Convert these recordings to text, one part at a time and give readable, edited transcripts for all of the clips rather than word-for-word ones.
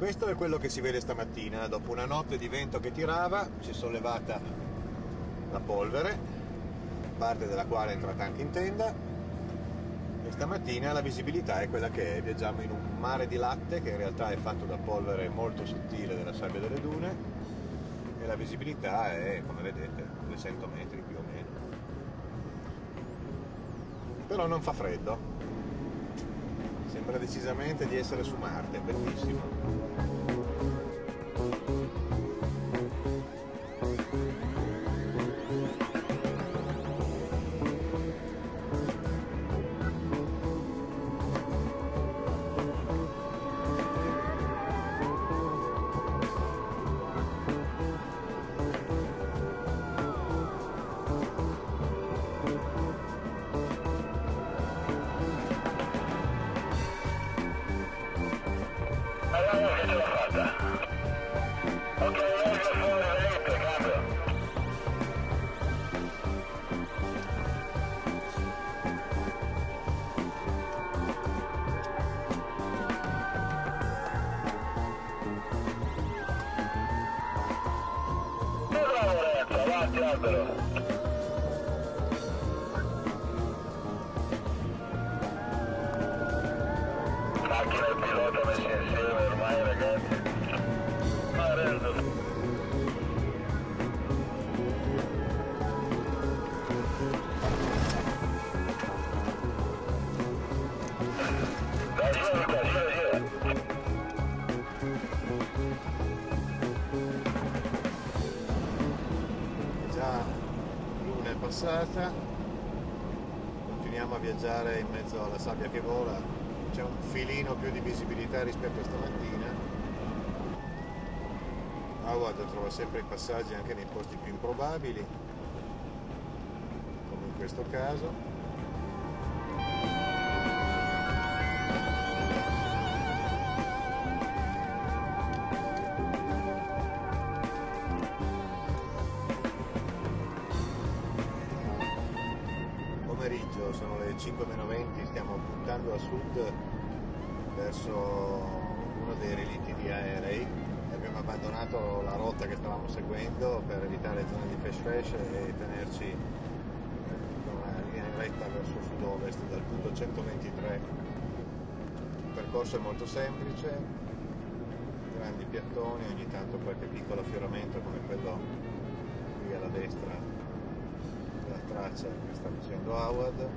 Questo è quello che si vede stamattina. Dopo una notte di vento che tirava si è sollevata la polvere, parte della quale è entrata anche in tenda, e stamattina la visibilità è quella che è. Viaggiamo in un mare di latte che in realtà è fatto da polvere molto sottile della sabbia delle dune, e la visibilità è, come vedete, 200 metri più o meno. Però non fa freddo, sembra decisamente di essere su Marte, è bellissimo. Macchina e pilota messi insieme ormai, ragazzi. Ma rendo. Già l'una è passata, continuiamo a viaggiare in mezzo alla sabbia che vola, c'è un filino più di visibilità rispetto a stamattina. Howard trova sempre i passaggi anche nei posti più improbabili, come in questo caso. Pomeriggio, sono le 5:20, stiamo puntando a sud verso uno dei relitti di aerei. Abbiamo abbandonato la rotta che stavamo seguendo per evitare zone di fesh e tenerci con una linea in retta verso sud-ovest dal punto 123. Il percorso è molto semplice, grandi piattoni, ogni tanto qualche piccolo affioramento come quello qui alla destra, la traccia che sta facendo Howard.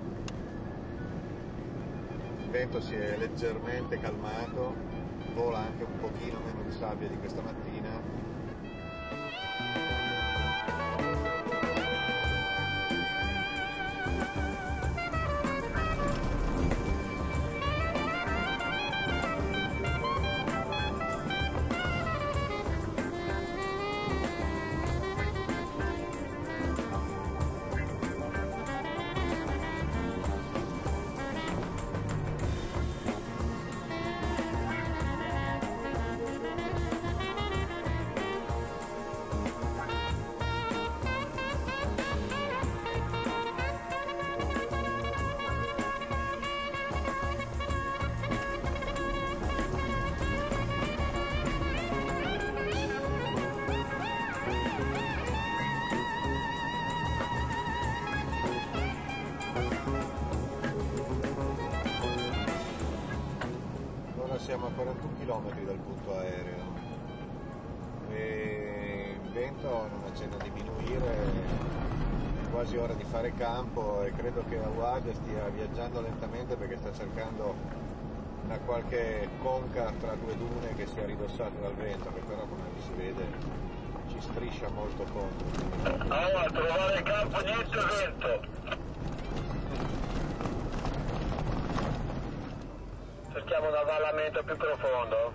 Il vento si è leggermente calmato, vola anche un pochino meno di sabbia di questa mattina. Siamo a 41 km dal punto aereo e il vento non accenna a diminuire, è quasi ora di fare campo e credo che Howard stia viaggiando lentamente perché sta cercando una qualche conca tra due dune che sia ridossata dal vento, che però come si vede ci striscia molto contro. A trovare il campo, niente vento. Cerchiamo un avvallamento più profondo.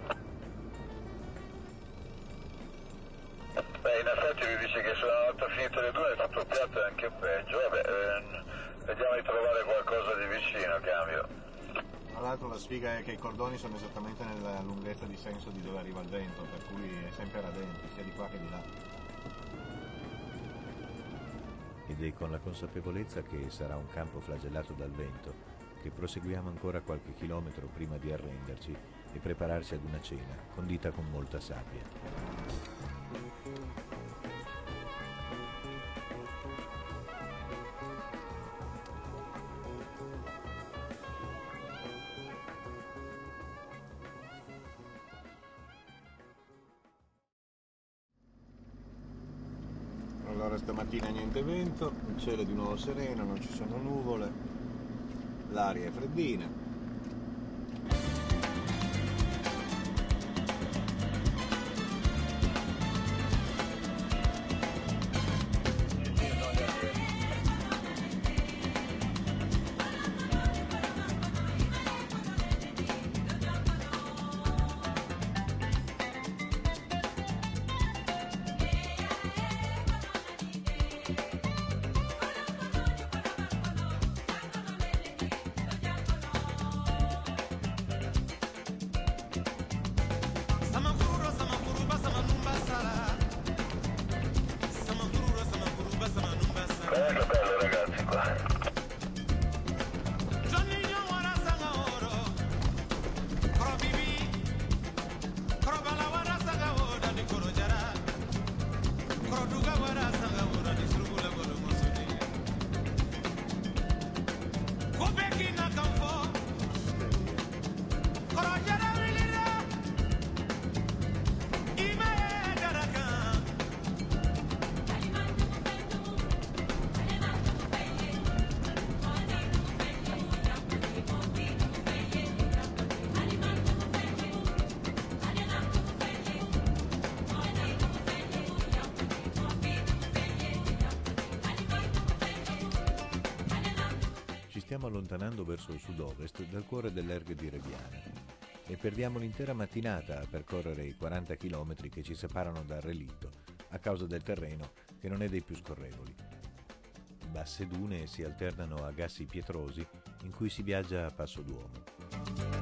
Beh, in effetti mi dice che sulla notte finita le due è stato piatto e anche peggio. Vabbè, vediamo di trovare qualcosa di vicino, cambio. Tra l'altro la sfiga è che i cordoni sono esattamente nella lunghezza di senso di dove arriva il vento, per cui è sempre radente, sia di qua che di là. Ed è con la consapevolezza che sarà un campo flagellato dal vento che proseguiamo ancora qualche chilometro prima di arrenderci e prepararsi ad una cena condita con molta sabbia. Allora stamattina niente vento, il cielo è di nuovo sereno, non ci sono nuvole, l'aria è freddina. Che bello ragazzi qua. Stiamo allontanando verso il sud-ovest dal cuore dell'Erg di Reggiana e perdiamo l'intera mattinata a percorrere i 40 km che ci separano da Relitto a causa del terreno che non è dei più scorrevoli. Basse dune si alternano a gassi pietrosi in cui si viaggia a passo d'uomo.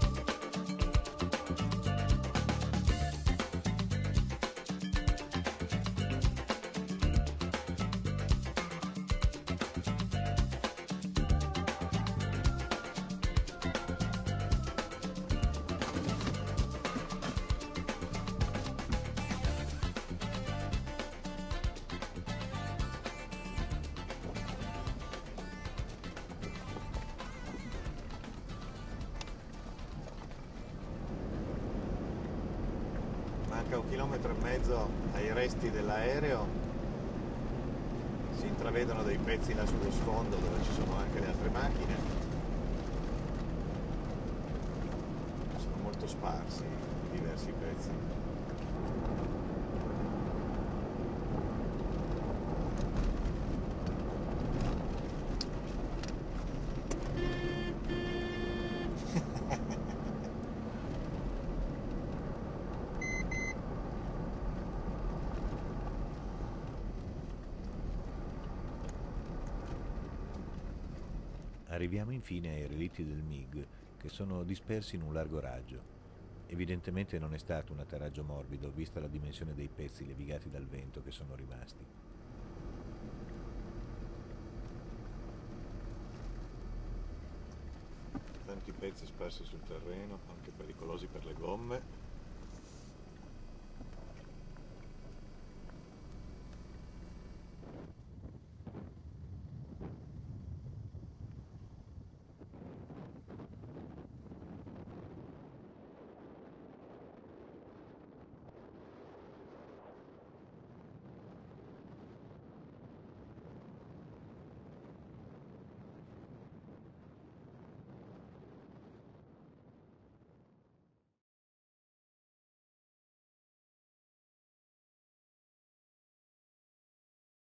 Manca 1,5 chilometri ai resti dell'aereo, si intravedono dei pezzi là sullo sfondo dove ci sono anche le altre macchine, sono molto sparsi diversi pezzi. Arriviamo infine ai relitti del MiG, che sono dispersi in un largo raggio. Evidentemente non è stato un atterraggio morbido, vista la dimensione dei pezzi levigati dal vento che sono rimasti. Tanti pezzi sparsi sul terreno, anche pericolosi per le gomme.